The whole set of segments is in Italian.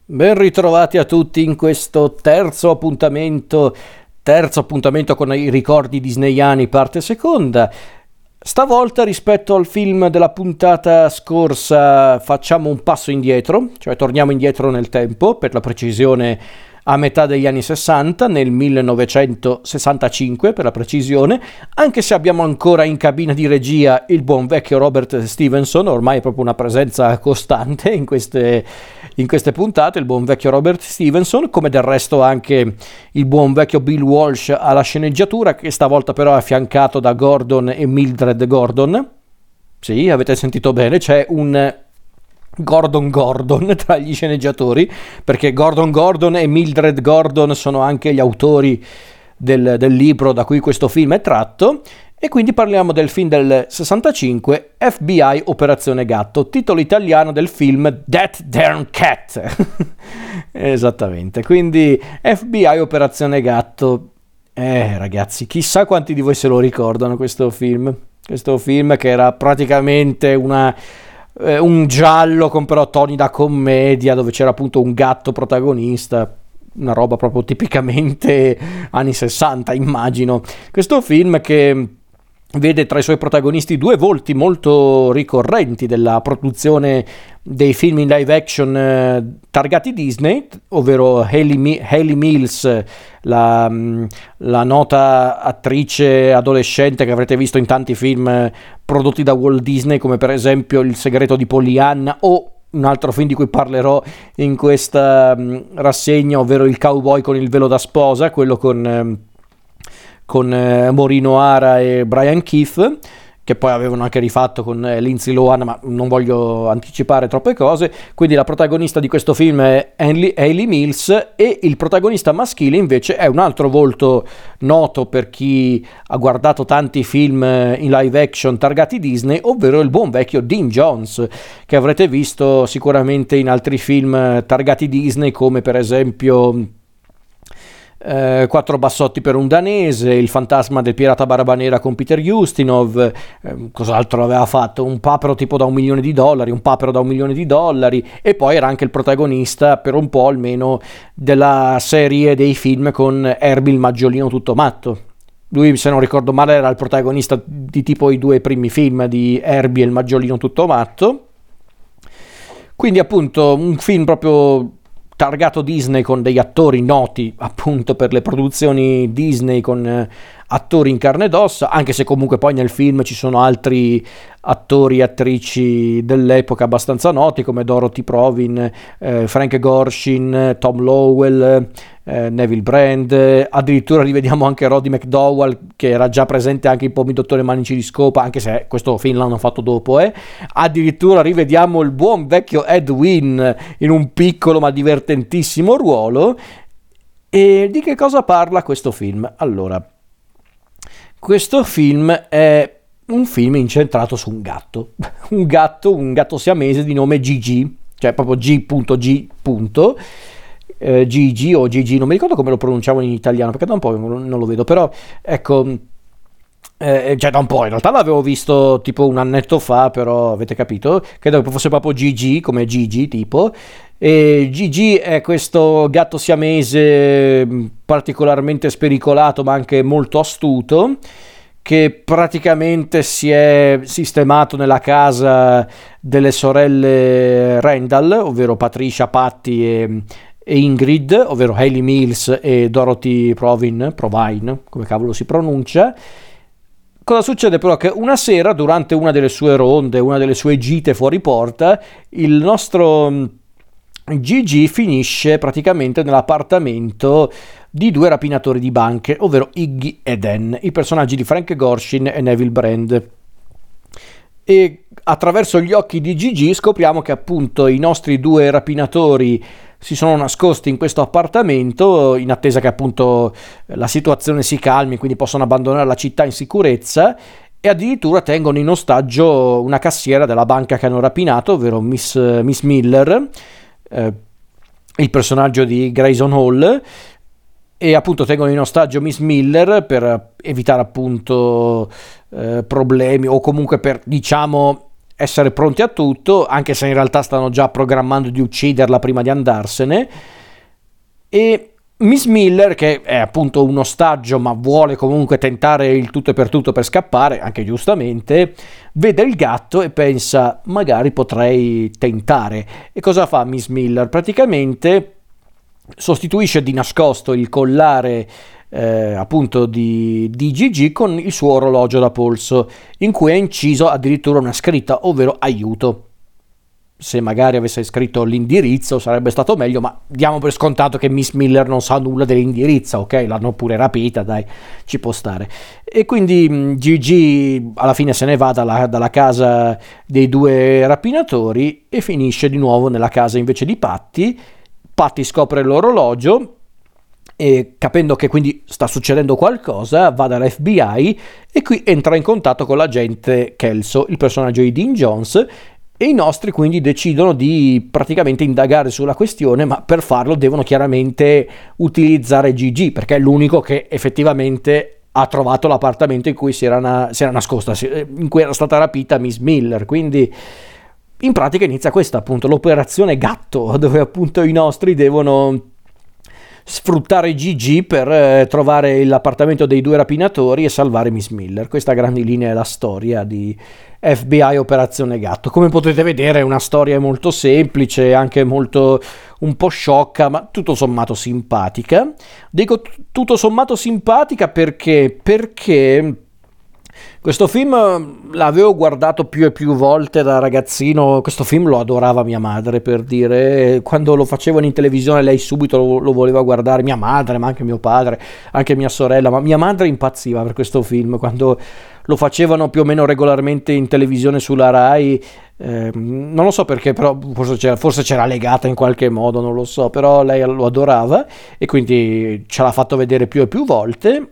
Ben ritrovati a tutti in questo terzo appuntamento con i ricordi disneyani parte seconda. Stavolta rispetto al film della puntata scorsa facciamo un passo indietro, cioè torniamo indietro nel tempo, per la precisione a metà degli anni 60, nel 1965 per la precisione, anche se abbiamo ancora in cabina di regia il buon vecchio Robert Stevenson, ormai è proprio una presenza costante in queste puntate, il buon vecchio Robert Stevenson, come del resto anche il buon vecchio Bill Walsh alla sceneggiatura, che stavolta però è affiancato da Gordon e Mildred Gordon. Sì, avete sentito bene, c'è un Gordon tra gli sceneggiatori, perché Gordon e Mildred Gordon sono anche gli autori del libro da cui questo film è tratto. E quindi parliamo del film del 65, FBI Operazione Gatto, titolo italiano del film That Darn Cat. Esattamente, quindi FBI Operazione Gatto. Ragazzi, chissà quanti di voi se lo ricordano questo film che era praticamente un giallo con però toni da commedia, dove c'era appunto un gatto protagonista, una roba proprio tipicamente anni 60, immagino. Questo film che vede tra i suoi protagonisti due volti molto ricorrenti della produzione dei film in live action targati Disney, ovvero Hayley Mills, la nota attrice adolescente che avrete visto in tanti film prodotti da Walt Disney, come per esempio Il segreto di Pollyanna o un altro film di cui parlerò in questa rassegna, ovvero Il cowboy con il velo da sposa, quello con Maureen O'Hara e Brian Keith, che poi avevano anche rifatto con Lindsay Lohan, ma non voglio anticipare troppe cose. Quindi la protagonista di questo film è Hayley Mills, e il protagonista maschile invece è un altro volto noto per chi ha guardato tanti film in live action targati Disney, ovvero il buon vecchio Dean Jones, che avrete visto sicuramente in altri film targati Disney, come per esempio Quattro bassotti per un danese, Il fantasma del pirata barba nera con Peter Ustinov, cos'altro aveva fatto? Un papero tipo da $1 milione, un papero da $1 milione, e poi era anche il protagonista, per un po' almeno, della serie dei film con Herbie il maggiolino tutto matto. Lui, se non ricordo male, era il protagonista di tipo i due primi film di Herbie e il maggiolino tutto matto. Quindi appunto un film proprio targato Disney, con degli attori noti appunto per le produzioni Disney, con attori in carne ed ossa, anche se comunque poi nel film ci sono altri attori e attrici dell'epoca abbastanza noti, come Dorothy Provin, Frank Gorshin, Tom Lowell, Neville Brand, addirittura rivediamo anche Roddy McDowall, che era già presente anche in Dottore Manici di Scopa, anche se questo film l'hanno fatto dopo. Addirittura rivediamo il buon vecchio Ed Wynn in un piccolo ma divertentissimo ruolo. E di che cosa parla questo film? Allora, questo film è un film incentrato su un gatto, un gatto siamese di nome Gigi, cioè proprio G.G. Gigi o Gigi, non mi ricordo come lo pronunciavano in italiano, perché da un po' non lo vedo, però ecco, cioè da un po', in realtà l'avevo visto tipo un annetto fa, però avete capito, credo che fosse proprio Gigi, come Gigi tipo. E Gigi è questo gatto siamese particolarmente spericolato ma anche molto astuto, che praticamente si è sistemato nella casa delle sorelle Randall, ovvero Patricia, Patty e Ingrid, ovvero Hayley Mills e Dorothy Provine, come cavolo si pronuncia. Cosa succede però? Che una sera, durante una delle sue ronde, una delle sue gite fuori porta, il nostro Gigi finisce praticamente nell'appartamento di due rapinatori di banche, ovvero Iggy e Dan, i personaggi di Frank Gorshin e Neville Brand. E attraverso gli occhi di Gigi scopriamo che appunto i nostri due rapinatori si sono nascosti in questo appartamento in attesa che appunto la situazione si calmi, quindi possono abbandonare la città in sicurezza, e addirittura tengono in ostaggio una cassiera della banca che hanno rapinato, ovvero Miss Miller, il personaggio di Grayson Hall, e appunto tengono in ostaggio Miss Miller per evitare appunto problemi, o comunque per, diciamo, essere pronti a tutto, anche se in realtà stanno già programmando di ucciderla prima di andarsene. E Miss Miller, che è appunto un ostaggio ma vuole comunque tentare il tutto e per tutto per scappare, anche giustamente, vede il gatto e pensa magari potrei tentare. E cosa fa Miss Miller? Praticamente sostituisce di nascosto il collare appunto di Gigi con il suo orologio da polso, in cui è inciso addirittura una scritta, ovvero aiuto. Se magari avesse scritto l'indirizzo sarebbe stato meglio, ma diamo per scontato che Miss Miller non sa nulla dell'indirizzo, ok? L'hanno pure rapita, dai, ci può stare. E quindi Gigi alla fine se ne va dalla casa dei due rapinatori e finisce di nuovo nella casa invece di Patty. Patty scopre l'orologio e, capendo che quindi sta succedendo qualcosa, va dall'FBI e qui entra in contatto con l'agente Kelso, il personaggio di Dean Jones. E i nostri quindi decidono di praticamente indagare sulla questione, ma per farlo devono chiaramente utilizzare Gigi, perché è l'unico che effettivamente ha trovato l'appartamento in cui si era nascosta, in cui era stata rapita Miss Miller. Quindi in pratica inizia questa appunto l'operazione gatto, dove appunto i nostri devono sfruttare Gigi per trovare l'appartamento dei due rapinatori e salvare Miss Miller. Questa a grandi linee è la storia di FBI Operazione Gatto. Come potete vedere è una storia molto semplice, anche molto un po' sciocca, ma tutto sommato simpatica. Dico tutto sommato simpatica perché questo film l'avevo guardato più e più volte da ragazzino. Questo film lo adorava mia madre, per dire. Quando lo facevano in televisione lei subito lo voleva guardare, mia madre, ma anche mio padre, anche mia sorella, ma mia madre impazziva per questo film. Quando lo facevano più o meno regolarmente in televisione sulla Rai, non lo so perché, però forse c'era legata in qualche modo, non lo so, però lei lo adorava e quindi ce l'ha fatto vedere più e più volte.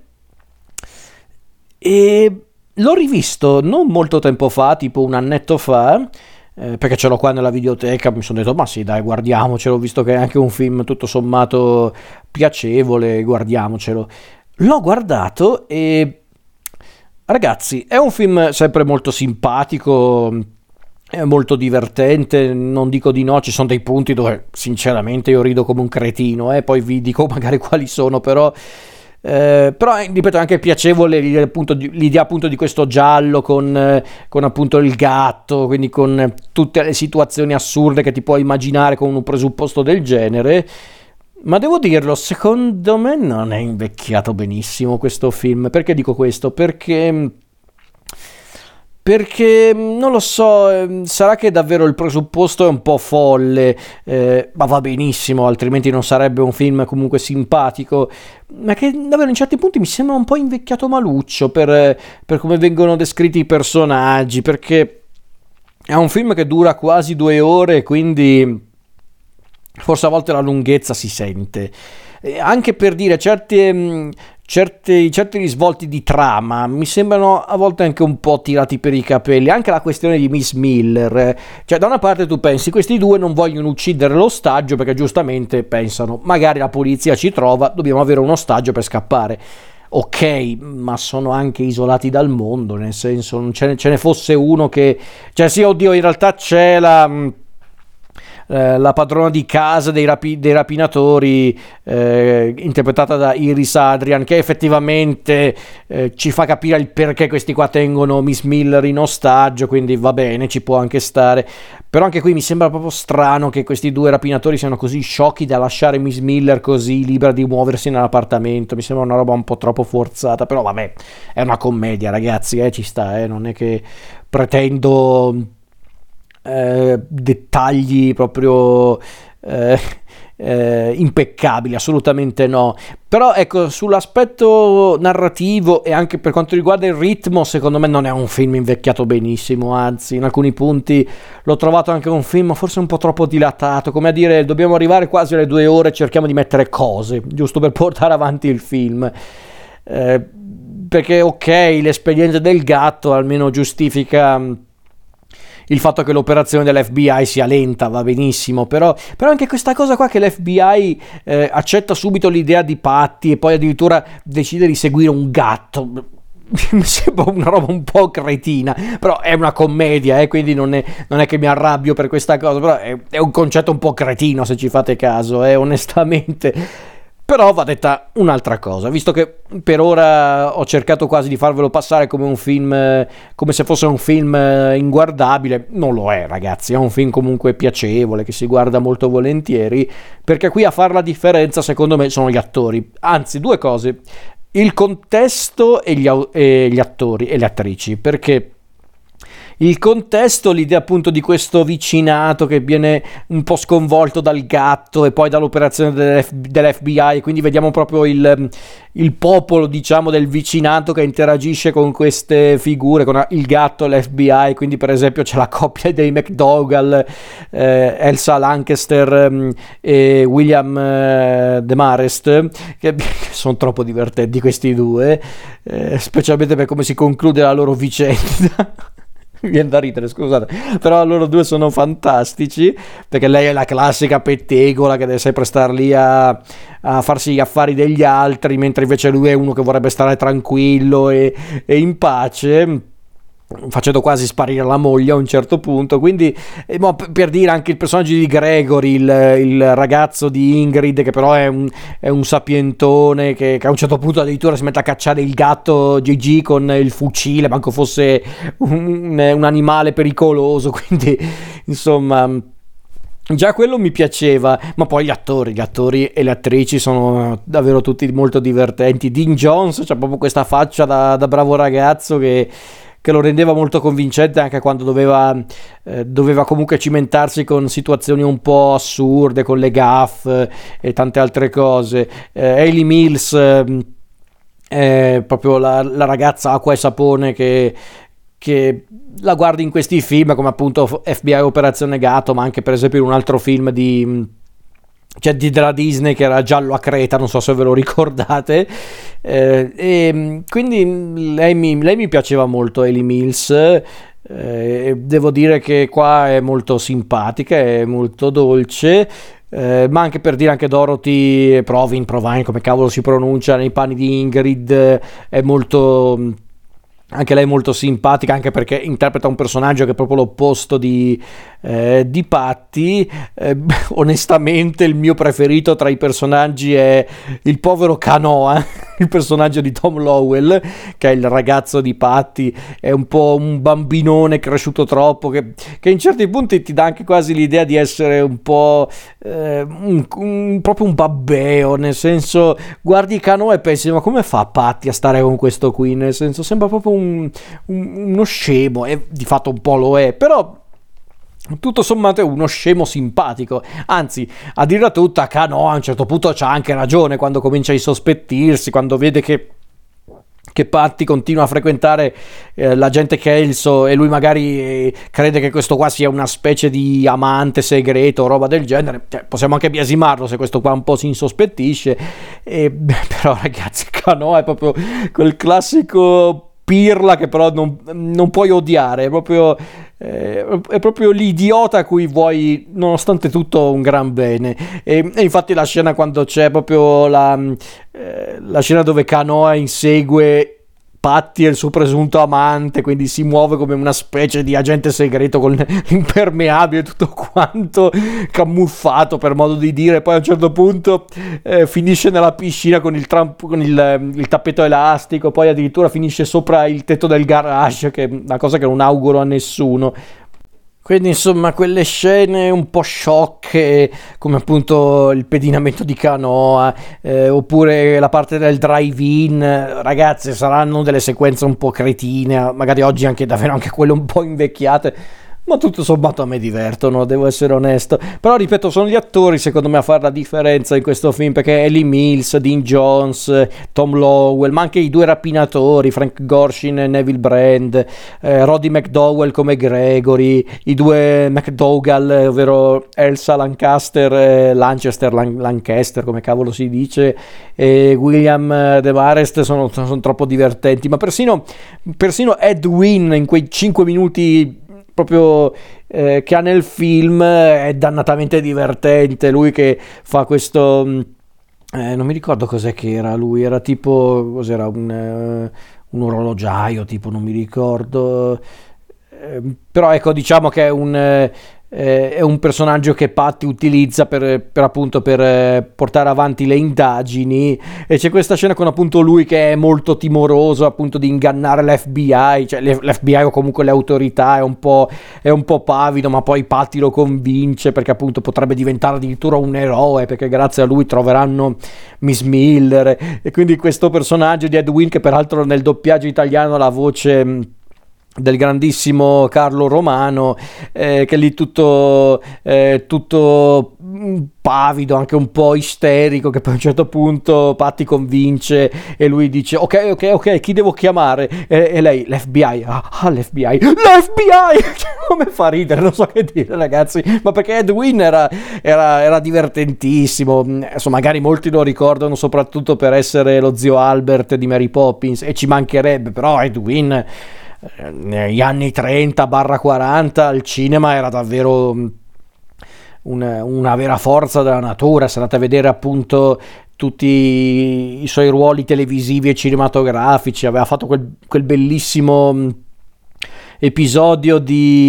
E l'ho rivisto non molto tempo fa, tipo un annetto fa, perché ce l'ho qua nella videoteca. Mi sono detto, ma sì, dai, guardiamocelo, visto che è anche un film tutto sommato piacevole, guardiamocelo. L'ho guardato e, ragazzi, è un film sempre molto simpatico, è molto divertente, non dico di no, ci sono dei punti dove sinceramente io rido come un cretino, poi vi dico magari quali sono, però ripeto, è anche piacevole l'idea appunto di questo giallo con appunto il gatto, quindi con tutte le situazioni assurde che ti puoi immaginare con un presupposto del genere. Ma devo dirlo, secondo me non è invecchiato benissimo questo film. Perché dico questo? Perché non lo so, sarà che davvero il presupposto è un po' folle, ma va benissimo, altrimenti non sarebbe un film comunque simpatico, ma che davvero in certi punti mi sembra un po' invecchiato maluccio per come vengono descritti i personaggi, perché è un film che dura quasi 2 ore, quindi forse a volte la lunghezza si sente. Anche per dire, certi risvolti di trama mi sembrano a volte anche un po' tirati per i capelli. Anche la questione di Miss Miller, cioè da una parte tu pensi questi due non vogliono uccidere l'ostaggio perché giustamente pensano magari la polizia ci trova, dobbiamo avere un ostaggio per scappare. Ok, ma sono anche isolati dal mondo, nel senso non ce ne fosse uno che, cioè sì, oddio, in realtà c'è la padrona di casa dei rapinatori, interpretata da Iris Adrian, che effettivamente ci fa capire il perché questi qua tengono Miss Miller in ostaggio, quindi va bene, ci può anche stare. Però anche qui mi sembra proprio strano che questi due rapinatori siano così sciocchi da lasciare Miss Miller così libera di muoversi nell'appartamento. Mi sembra una roba un po' troppo forzata, però vabbè, è una commedia, ragazzi, ci sta, non è che pretendo dettagli proprio impeccabili, assolutamente no. Però ecco, sull'aspetto narrativo e anche per quanto riguarda il ritmo, secondo me non è un film invecchiato benissimo, anzi in alcuni punti l'ho trovato anche un film forse un po' troppo dilatato, come a dire dobbiamo arrivare quasi alle 2 ore, cerchiamo di mettere cose giusto per portare avanti il film, perché ok, l'esperienza del gatto almeno giustifica il fatto che l'operazione dell'FBI sia lenta, va benissimo, però anche questa cosa qua che l'FBI accetta subito l'idea di Patty e poi addirittura decide di seguire un gatto. mi sembra una roba un po' cretina, però è una commedia, quindi non è che mi arrabbio per questa cosa, però è un concetto un po' cretino se ci fate caso, onestamente. Però va detta un'altra cosa, visto che per ora ho cercato quasi di farvelo passare come un film, come se fosse un film inguardabile, non lo è ragazzi, è un film comunque piacevole, che si guarda molto volentieri, perché qui a fare la differenza secondo me sono gli attori, anzi due cose, il contesto e gli attori e le attrici, perché il contesto, l'idea appunto di questo vicinato che viene un po' sconvolto dal gatto e poi dall'operazione dell'FBI, quindi vediamo proprio il popolo, diciamo, del vicinato che interagisce con queste figure, con il gatto e l'FBI, quindi per esempio c'è la coppia dei McDougall, Elsa Lanchester e William Demarest, che sono troppo divertenti questi due, specialmente per come si conclude la loro vicenda. Mi viene da ridere, scusate, però loro due sono fantastici, perché lei è la classica pettegola che deve sempre star lì a farsi gli affari degli altri, mentre invece lui è uno che vorrebbe stare tranquillo e in pace, facendo quasi sparire la moglie a un certo punto. Quindi per dire, anche il personaggio di Gregory, il ragazzo di Ingrid, che però è un sapientone che a un certo punto addirittura si mette a cacciare il gatto Gigi con il fucile, manco fosse un animale pericoloso. Quindi insomma, già quello mi piaceva, ma poi gli attori e le attrici sono davvero tutti molto divertenti. Dean Jones c'ha proprio questa faccia da bravo ragazzo che lo rendeva molto convincente, anche quando doveva comunque cimentarsi con situazioni un po' assurde, con le gaffe e tante altre cose. Hayley Mills è proprio la ragazza acqua e sapone che la guardi in questi film, come appunto FBI Operazione Gatto, ma anche per esempio in un altro film della Disney che era Giallo a Creta, non so se ve lo ricordate, e quindi lei mi piaceva molto, Hayley Mills. Devo dire che qua è molto simpatica, è molto dolce, ma anche per dire, anche Dorothy Provine, come cavolo si pronuncia, nei panni di Ingrid, è molto... Anche lei è molto simpatica, anche perché interpreta un personaggio che è proprio l'opposto di Patty. Onestamente il mio preferito tra i personaggi è il povero Canoa, il personaggio di Tom Lowell, che è il ragazzo di Patty, è un po' un bambinone cresciuto troppo, che in certi punti ti dà anche quasi l'idea di essere un po' proprio un babbeo, nel senso, guardi Canoa e pensi, ma come fa Patty a stare con questo qui, nel senso sembra proprio uno scemo, e di fatto un po' lo è, però tutto sommato è uno scemo simpatico. Anzi, a dirla tutta, Cano a un certo punto c'ha anche ragione quando comincia a insospettirsi, quando vede che Patty continua a frequentare l'agente Kelso, e lui magari crede che questo qua sia una specie di amante segreto o roba del genere. Possiamo anche biasimarlo se questo qua un po' si insospettisce, però ragazzi, Cano è proprio quel classico pirla che però non puoi odiare, è proprio l'idiota a cui vuoi nonostante tutto un gran bene. E infatti la scena, quando c'è proprio la scena dove Canoa insegue Patty e il suo presunto amante, quindi si muove come una specie di agente segreto con l'impermeabile, tutto quanto camuffato per modo di dire, poi a un certo punto finisce nella piscina con il tappeto elastico, poi addirittura finisce sopra il tetto del garage, che è una cosa che non auguro a nessuno. Quindi insomma, quelle scene un po' sciocche, come appunto il pedinamento di Canoa, oppure la parte del drive-in, ragazzi, saranno delle sequenze un po' cretine, magari oggi anche davvero anche quelle un po' invecchiate, ma tutto sommato a me divertono, devo essere onesto. Però ripeto, sono gli attori secondo me a fare la differenza in questo film, perché Hayley Mills, Dean Jones, Tom Lowell, ma anche i due rapinatori, Frank Gorshin e Neville Brand, Roddy McDowell come Gregory, i due McDougall, ovvero Elsa Lancaster e Lancaster, come cavolo si dice, e William Demarest sono troppo divertenti, ma persino Ed Wynn in quei 5 minuti proprio che ha nel film è dannatamente divertente. Lui che fa questo non mi ricordo cos'è che era lui, era tipo cos'era un orologiaio, tipo, non mi ricordo. Però ecco, diciamo che è un personaggio che Patty utilizza appunto per portare avanti le indagini, e c'è questa scena con appunto lui che è molto timoroso appunto di ingannare l'FBI, cioè l'FBI o comunque le autorità, è un po' pavido, ma poi Patty lo convince perché appunto potrebbe diventare addirittura un eroe, perché grazie a lui troveranno Miss Miller, e quindi questo personaggio di Edwin, che peraltro nel doppiaggio italiano ha la voce del grandissimo Carlo Romano, che lì tutto pavido, anche un po' isterico, che poi a un certo punto Patti convince e lui dice ok, chi devo chiamare? E lei, l'FBI, l'FBI, come fa ridere, non so che dire ragazzi, ma perché Edwin era divertentissimo, adesso magari molti lo ricordano soprattutto per essere lo zio Albert di Mary Poppins, e ci mancherebbe, però Edwin negli anni 30-40 al cinema era davvero una vera forza della natura. Se andate a vedere appunto tutti i suoi ruoli televisivi e cinematografici, aveva fatto quel bellissimo episodio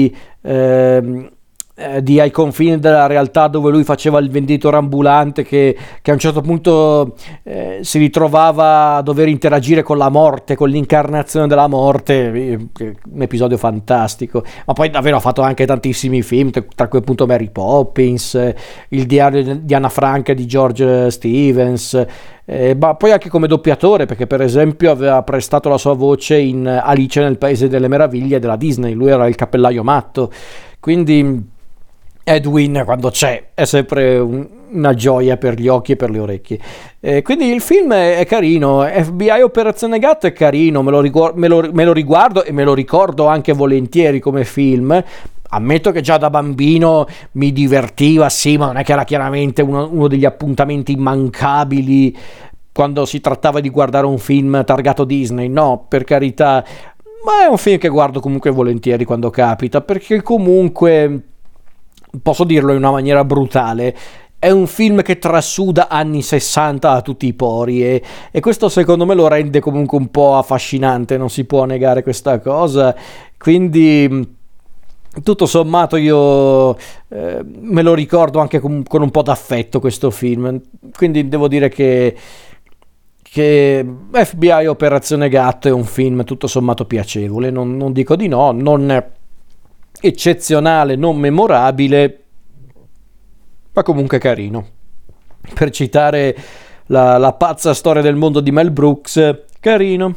di Ai confini della realtà, dove lui faceva il venditore ambulante che a un certo punto si ritrovava a dover interagire con la morte, con l'incarnazione della morte, un episodio fantastico. Ma poi davvero ha fatto anche tantissimi film, tra cui appunto Mary Poppins, Il diario di Anna Frank di George Stevens, ma poi anche come doppiatore, perché per esempio aveva prestato la sua voce in Alice nel Paese delle Meraviglie della Disney, lui era il cappellaio matto, quindi Edwin quando c'è è sempre una gioia per gli occhi e per le orecchie. Quindi il film è carino, FBI Operazione Gatto è carino, me lo riguardo e me lo ricordo anche volentieri come film. Ammetto che già da bambino mi divertiva, sì, ma non è che era chiaramente uno degli appuntamenti immancabili quando si trattava di guardare un film targato Disney, no, per carità, ma è un film che guardo comunque volentieri quando capita, perché comunque, posso dirlo in una maniera brutale, è un film che trasuda anni 60 a tutti i pori, e questo secondo me lo rende comunque un po' affascinante, non si può negare questa cosa. Quindi tutto sommato io me lo ricordo anche con un po' d'affetto questo film, quindi devo dire che FBI Operazione Gatto è un film tutto sommato piacevole, non dico di no, non eccezionale, non memorabile, ma comunque carino. Per citare la pazza storia del mondo di Mel Brooks, carino,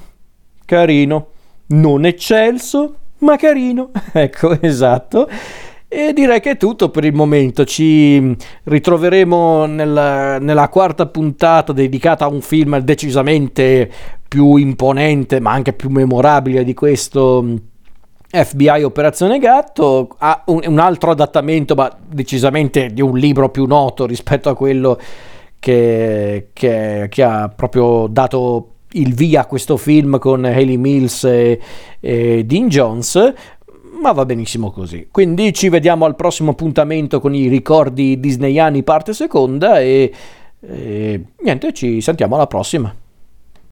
non eccelso, ma carino. Ecco, esatto. E direi che è tutto per il momento. Ci ritroveremo nella quarta puntata dedicata a un film decisamente più imponente, ma anche più memorabile di questo FBI Operazione Gatto, ha un altro adattamento, ma decisamente di un libro più noto rispetto a quello che ha proprio dato il via a questo film con Hayley Mills e Dean Jones, ma va benissimo così. Quindi ci vediamo al prossimo appuntamento con i ricordi disneyani parte seconda, e niente, ci sentiamo alla prossima.